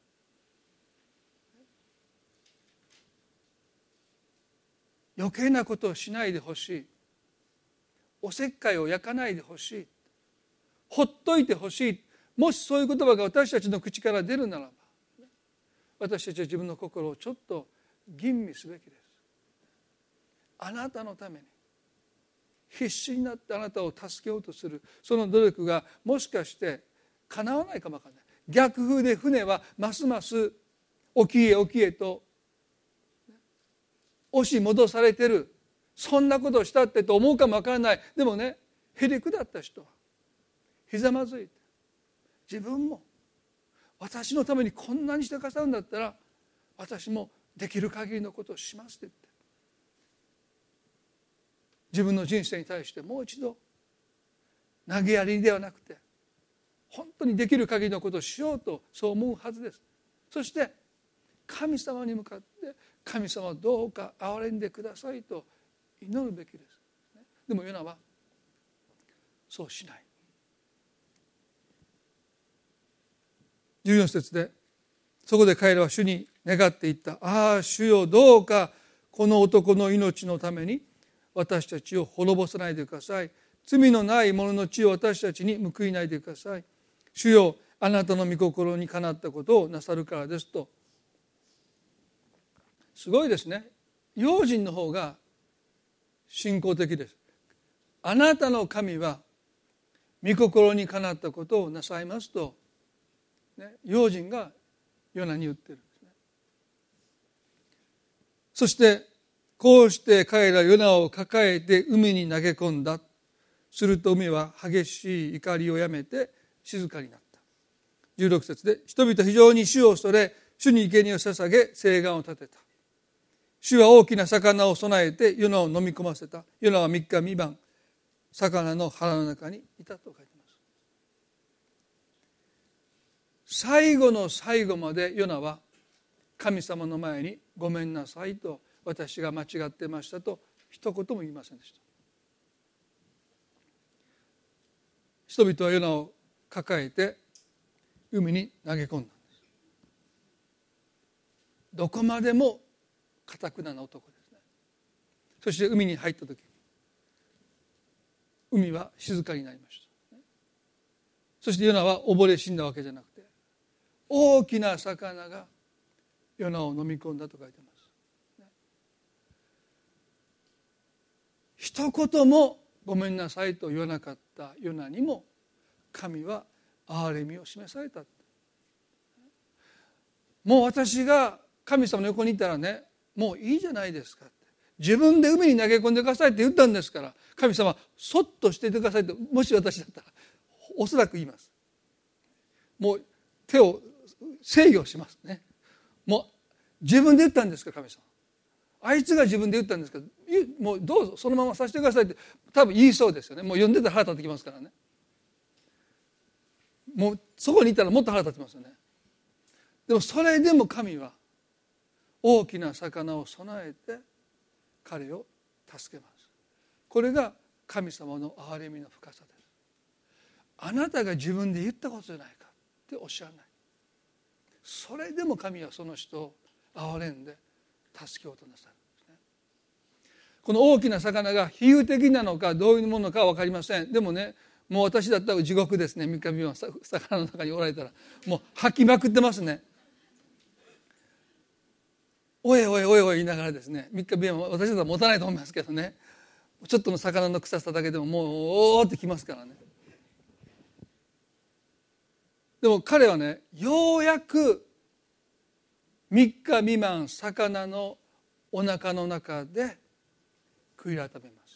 る。余計なことをしないでほしい、おせっかいを焼かないでほしい、ほっといてほしい、もしそういう言葉が私たちの口から出るならば、私たちは自分の心をちょっと吟味すべきです。あなたのために必死になってあなたを助けようとするその努力がもしかして叶わないかもわからない。逆風で船はますます沖へ沖へと押し戻されてる。そんなことをしたってと思うかもわからない。でもね、へりくだった人はひざまずいて、自分も私のためにこんなにしてくださるんだったら私もできる限りのことをしますって言って、自分の人生に対してもう一度投げやりではなくて本当にできる限りのことをしようとそう思うはずです。そして神様に向かって神様どうか憐れんでくださいと祈るべきです。でもヨナはそうしない。14節でそこで彼らは主に願っていった。ああ主よ、どうかこの男の命のために私たちを滅ぼさないでください。罪のない者の血を私たちに報いないでください。主よ、あなたの御心にかなったことをなさるからですと。すごいですね。用心の方が信仰的です。あなたの神は御心にかなったことをなさいますと、用心がヨナに言ってるんですね。そしてこうして彼らヨナを抱えて海に投げ込んだ。すると海は激しい怒りをやめて静かになった。16節で人々非常に主を恐れ、主に生贄を捧げ誓願を立てた。主は大きな魚を備えてヨナを飲み込ませた。ヨナは3日3晩魚の腹の中にいたと書いています。最後の最後までヨナは神様の前にごめんなさいと、私が間違ってましたと一言も言いませんでした。人々はヨナを抱えて海に投げ込んだんです。どこまでも堅な男ですね。そして海に入った時、海は静かになりました。そしてヨナは溺れ死んだわけじゃなくて、大きな魚がヨナを飲み込んだと書いてます。一言もごめんなさいと言わなかったヨナにも神は憐れみを示された。もう私が神様の横にいたらね、もういいじゃないですかって、自分で海に投げ込んでくださいって言ったんですから、神様そっとしていてくださいって、もし私だったらおそらく言います。もう手を制御しますね。もう自分で言ったんですから、神様あいつが自分で言ったんですから、もうどうぞそのままさせてくださいって多分言いそうですよね。もう読んでたら腹立ってきますからね。もうそこにいたらもっと腹立ってますよね。でもそれでも神は大きな魚を備えて彼を助けます。これが神様の憐れみの深さです。あなたが自分で言ったことじゃないかっておっしゃらない。それでも神はその人を憐れんで助けようとなさるんですね。この大きな魚が比喩的なのかどういうものかは分かりません。でもね、もう私だったら地獄ですね。三日三晩魚の中におられたらもう吐きまくってますね。おいおいおいおい言いながらですね、三日三晩私だったら持たないと思いますけどね、ちょっとの魚の臭さだけでももうおーってきますからね。でも彼はね、ようやく3日未満魚のお腹の中で悔い改めます。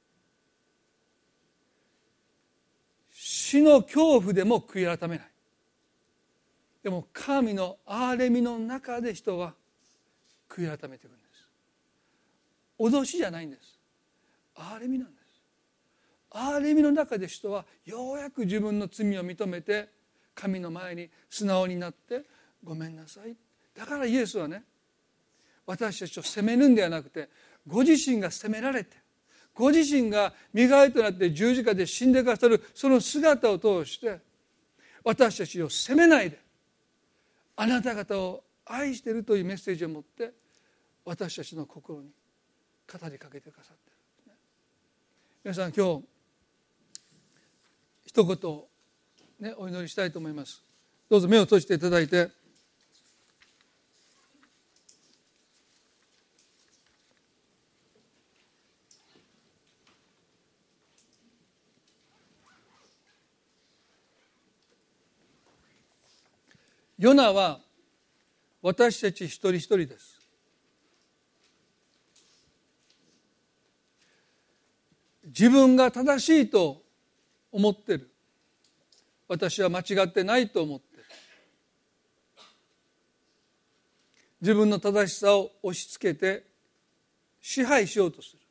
死の恐怖でも悔い改めない。でも神の憐れみの中で人は悔い改めていくんです。脅しじゃないんです。憐れみなんです。憐れみの中で人はようやく自分の罪を認めて神の前に素直になってごめんなさい。だからイエスはね、私たちを責めるんではなくて、ご自身が責められて、ご自身が身代わりとなって十字架で死んでくださるその姿を通して、 私たちを責めないで、あなた方を愛しているというメッセージを持って私たちの心に語りかけてくださっている。皆さん、今日一言、お祈りしたいと思います。どうぞ目を閉じていただいて、ヨナは私たち一人一人です。自分が正しいと思ってる。私は間違ってないと思ってる。自分の正しさを押し付けて支配しようとする。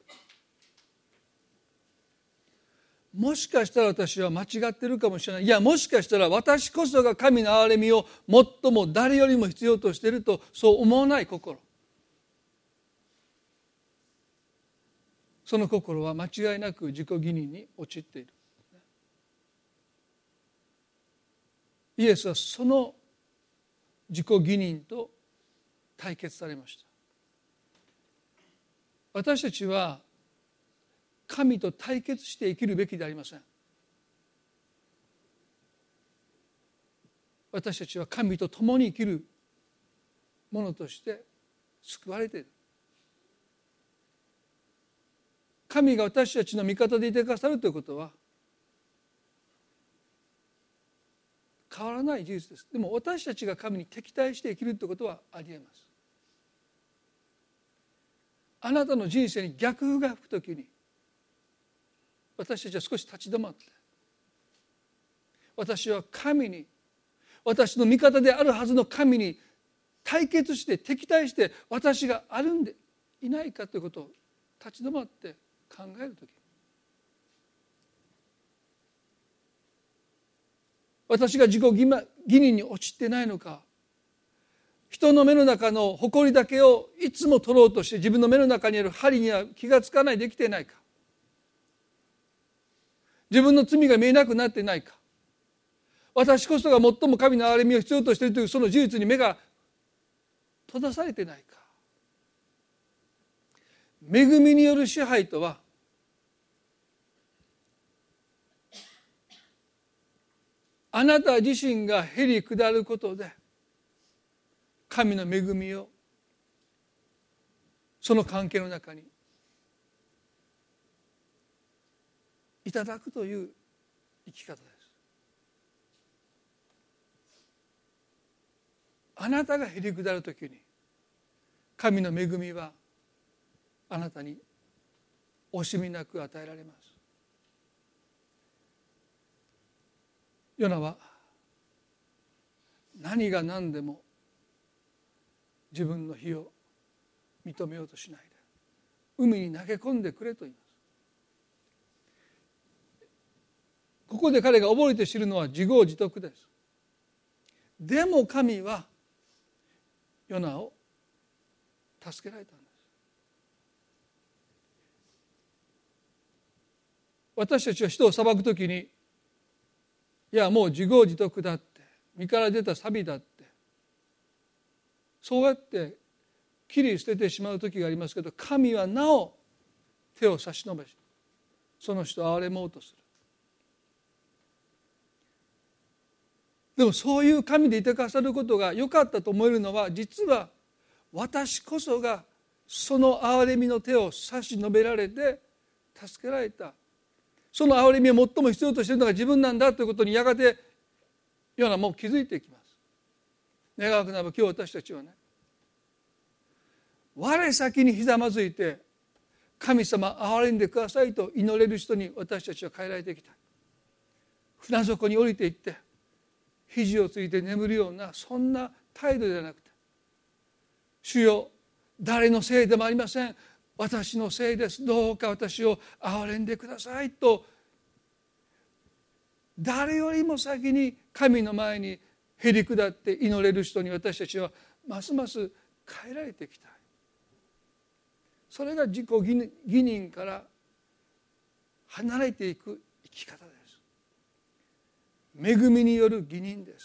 もしかしたら私は間違ってるかもしれない。いや、もしかしたら私こそが神の憐れみを最も誰よりも必要としていると、そう思わない心。その心は間違いなく自己義認に陥っている。イエスはその自己義認と対決されました。私たちは神と対決して生きるべきではありません。私たちは神と共に生きるものとして救われている。神が私たちの味方でいてくださるということは変わらない事実です。でも私たちが神に敵対して生きるということはありえます。あなたの人生に逆風が吹くときに、私たちは少し立ち止まって、私は神に、私の味方であるはずの神に対決して敵対して私があるんでいないかということを立ち止まって考えるとき、私が自己義認に陥ってないのか、人の目の中の誇りだけをいつも取ろうとして自分の目の中にある針には気がつかないできていないか、自分の罪が見えなくなっていないか、私こそが最も神の憐れみを必要としているというその事実に目が閉ざされていないか。恵みによる支配とは、あなた自身がへり下ることで神の恵みをその関係の中にいただくという生き方です。あなたがへり下るときに神の恵みはあなたに惜しみなく与えられます。ヨナは何が何でも自分の非を認めようとしないで海に投げ込んでくれと言います。ここで彼が溺れて知るのは自業自得です。でも神はヨナを助けられたんです。私たちは人を裁くときに、いやもう自業自得だって、身から出た錆だって、そうやって切り捨ててしまう時がありますけど、神はなお手を差し伸べしその人を憐れもうとする。でもそういう神でいてくださることが良かったと思えるのは、実は私こそがその憐れみの手を差し伸べられて助けられた、その憐れみを最も必要としているのが自分なんだということにやがてヨナも気づいていきます。願わくならば今日私たちはね、我先にひざまずいて神様憐れんでくださいと祈れる人に私たちは変えられていきたい。船底に降りていって肘をついて眠るようなそんな態度ではなくて、主よ誰のせいでもありません、私のせいです、どうか私を憐れんでくださいと、誰よりも先に神の前にへり下って祈れる人に私たちはますます変えられていきたい。それが自己義認から離れていく生き方です。 恵みによる義人です。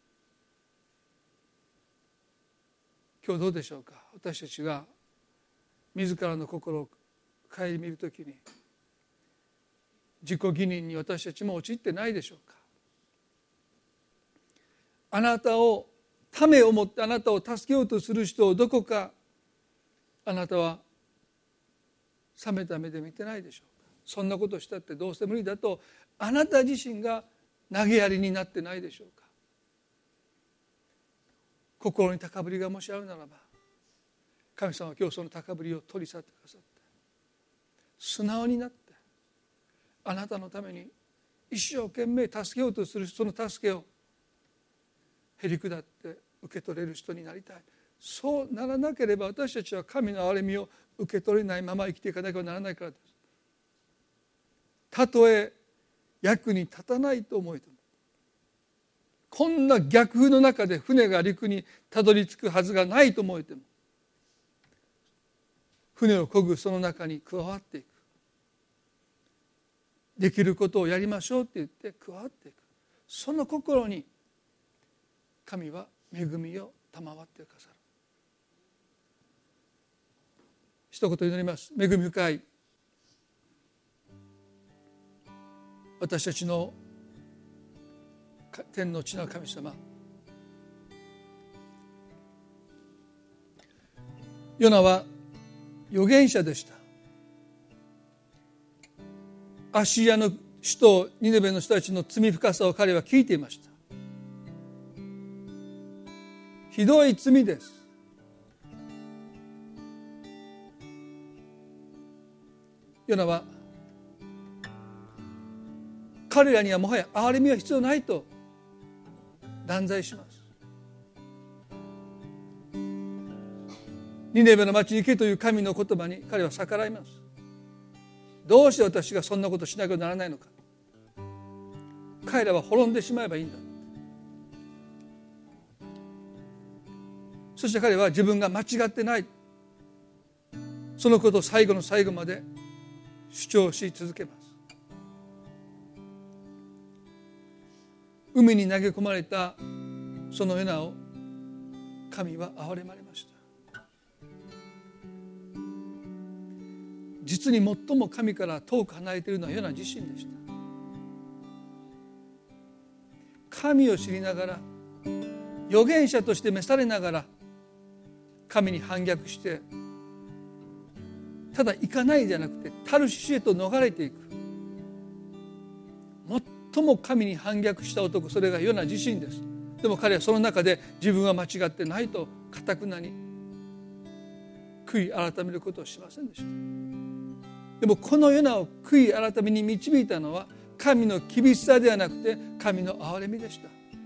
今日どうでしょうか。私たちが自らの心を顧みるときに自己義人に私たちも陥ってないでしょうか。あなたをためを持ってあなたを助けようとする人をどこかあなたは冷めた目で見てないでしょうか。そんなことしたってどうせ無理だとあなた自身が投げやりになってないでしょうか。心に高ぶりがもしあるならば神様は今日その高ぶりを取り去ってくださって素直になってあなたのために一生懸命助けようとするその助けをへり下って受け取れる人になりたい。そうならなければ私たちは神の憐れみを受け取れないまま生きていかなければならないからです。たとえ役に立たないと思えてもこんな逆風の中で船が陸にたどり着くはずがないと思えても船を漕ぐその中に加わっていく。できることをやりましょうって言って加わっていく。その心に神は恵みを賜ってくださる。一言祈ります。恵み深い私たちの天の地の神様、ヨナは預言者でした。アッシリアの首都ニネベの人たちの罪深さを彼は聞いていました。ひどい罪です。ヨナは彼らにはもはや憐れみは必要ないと断罪します。ニネベの町に行けという神の言葉に彼は逆らいます。どうして私がそんなことしなきゃならないのか。彼らは滅んでしまえばいいんだ。そして彼は自分が間違ってないそのことを最後の最後まで主張し続けます。海に投げ込まれたそのヨナを神は憐れまれました。実に最も神から遠く離れているのはヨナ自身でした。神を知りながら預言者として召されながら神に反逆してただ行かないじゃなくてタルシシュへと逃れていく。最も神に反逆した男、それがヨナ自身です。でも彼はその中で自分は間違ってないと固くなに悔い改めることをしませんでした。でもこのヨナを悔い改めに導いたのは神の厳しさではなくて神の憐れみでした。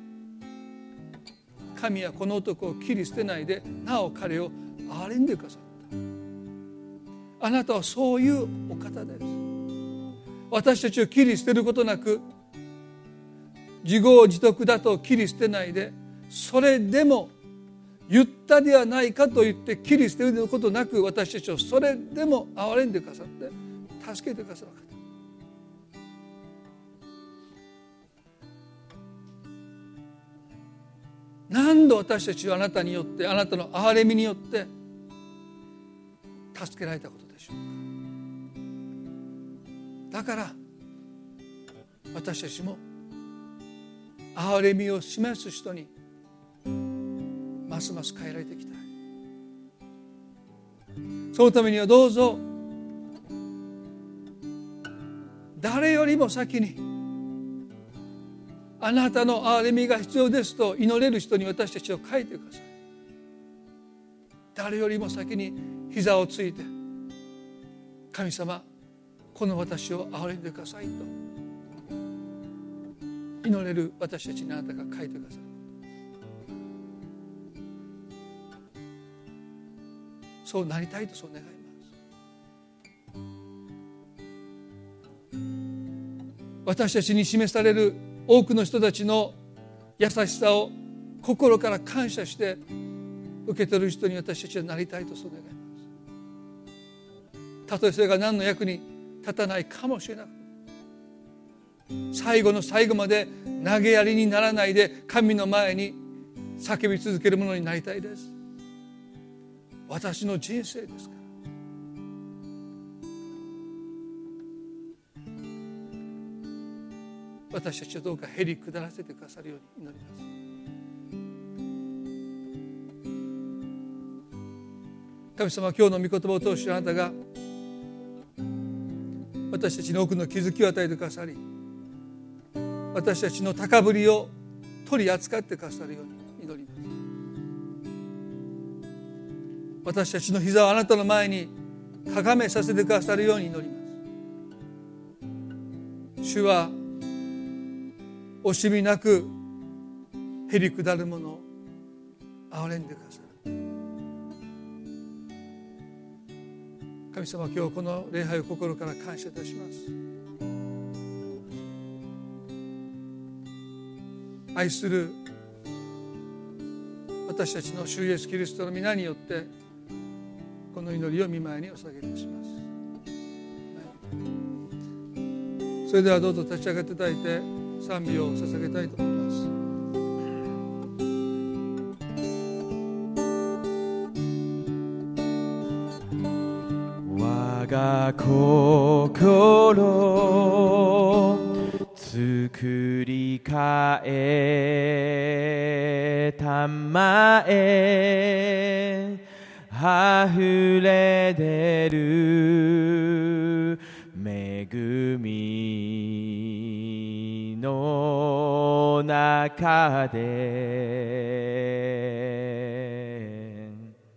神はこの男を切り捨てないでなお彼を憐れんでくださった。あなたはそういうお方です。私たちを切り捨てることなく自業自得だと切り捨てないで、それでも言ったではないかと言って切り捨てることなく私たちをそれでも憐れんでくださって助けてくださる方。何度私たちはあなたによってあなたの憐れみによって助けられたことでしょうか。だから私たちも憐れみを示す人にますます変えられていきたい。そのためにはどうぞ誰よりも先にあなたの憐れみが必要ですと祈れる人に私たちを変えてください。誰よりも先に膝をついて神様この私を憐れんでくださいと祈れる私たちにあなたが書いてください。そうなりたいとそう願います。私たちに示される多くの人たちの優しさを心から感謝して受け取る人に私たちはなりたいとそう願います。たとえそれが何の役に立たないかもしれなくて最後の最後まで投げやりにならないで神の前に叫び続けるものになりたいです。私の人生ですから。私たちをどうかへり下らせてくださるように祈ります。神様、今日の御言葉を通してあなたが私たちに多くの気づきを与えてくださり、私たちの高ぶりを取り扱ってくださるように祈ります。私たちの膝をあなたの前にかがめさせてくださるように祈ります。主は惜しみなくへり下る者を憐れんでくださる。神様、今日この礼拝を心から感謝いたします。愛する私たちの主イエスキリストの皆によってこの祈りを御前にお捧げいたします。それではどうぞ立ち上がっていただいて賛美を捧げたいと思います。 我が心作り変えたまえ溢れ出る恵みの中で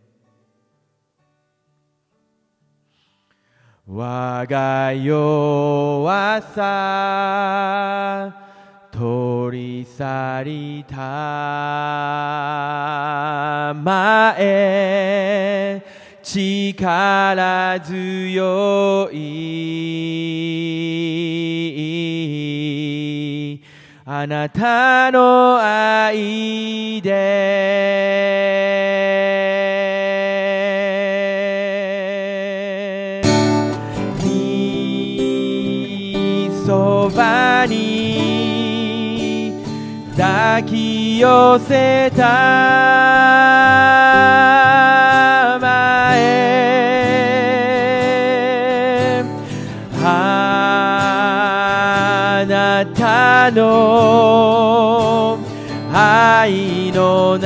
我が弱さ取り去りたまえ力強いあなたの愛でそばに抱き寄せたまえあなたの愛の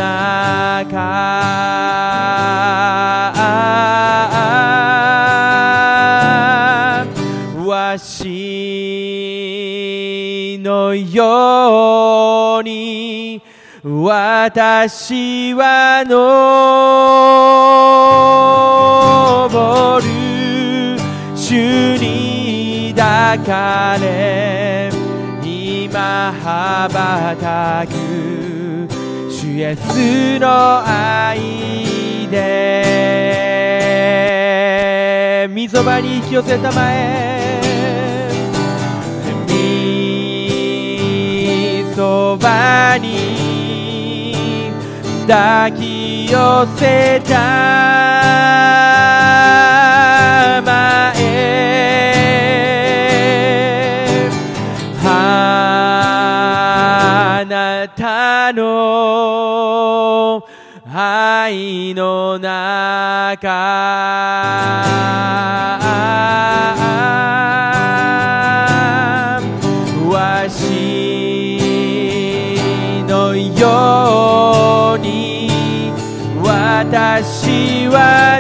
中わしのように私は登る主に抱かれ今羽ばたく主イエスの愛で溝場に引き寄せたまえそばに抱き寄せたまえあなたの愛の中わしのように私は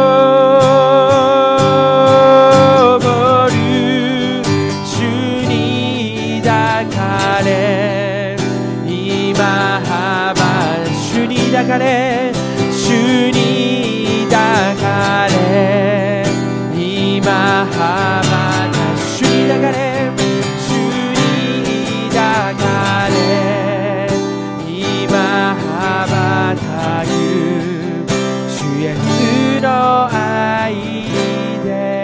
登る主に抱かれ今主に抱かれ主に抱かれ今羽ばた主に抱かれ主に抱かれ今羽ばたく主イエスの愛で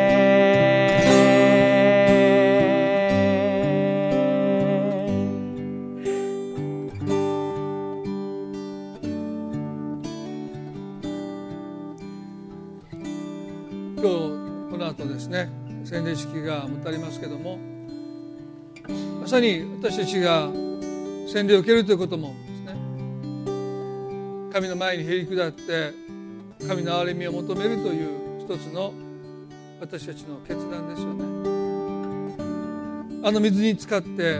今日この後ですね洗礼式がもたりますけどもまさに私たちが洗礼を受けるということもですね、神の前にへり下って神の憐れみを求めるという一つの私たちの決断ですよね。あの水に浸かって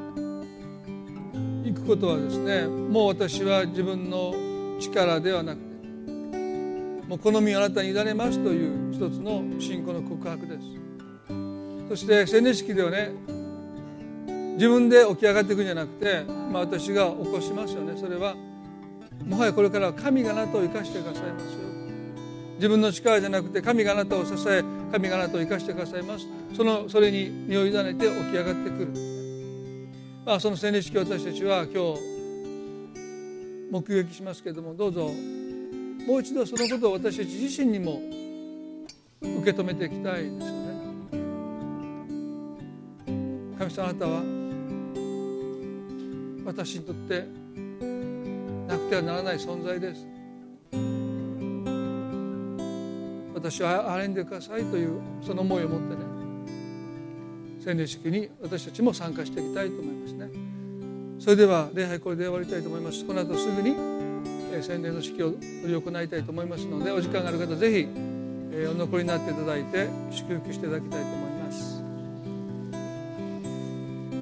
いくことはですね、もう私は自分の力ではなくて、もうこの身をあなたに委ねますという一つの信仰の告白です。そして洗礼式ではね、自分で起き上がっていくんじゃなくて、私が起こしますよね。それはもはやこれからは神があなたを生かしてくださいますよ。自分の力じゃなくて神があなたを支え、神があなたを生かしてくださいます。それに身を委ねて起き上がってくる。その洗礼式を私たちは今日目撃しますけれども、どうぞもう一度そのことを私たち自身にも受け止めていきたいですよね。神様、あなたは私にとってなくてはならない存在です。私を憐れんでくださいというその思いを持ってね、洗礼式に私たちも参加していきたいと思いますね。それでは礼拝これで終わりたいと思います。この後すぐに洗礼の式を執り行いたいと思いますので、お時間がある方ぜひお残りになっていただいて祝福していただきたいと思います。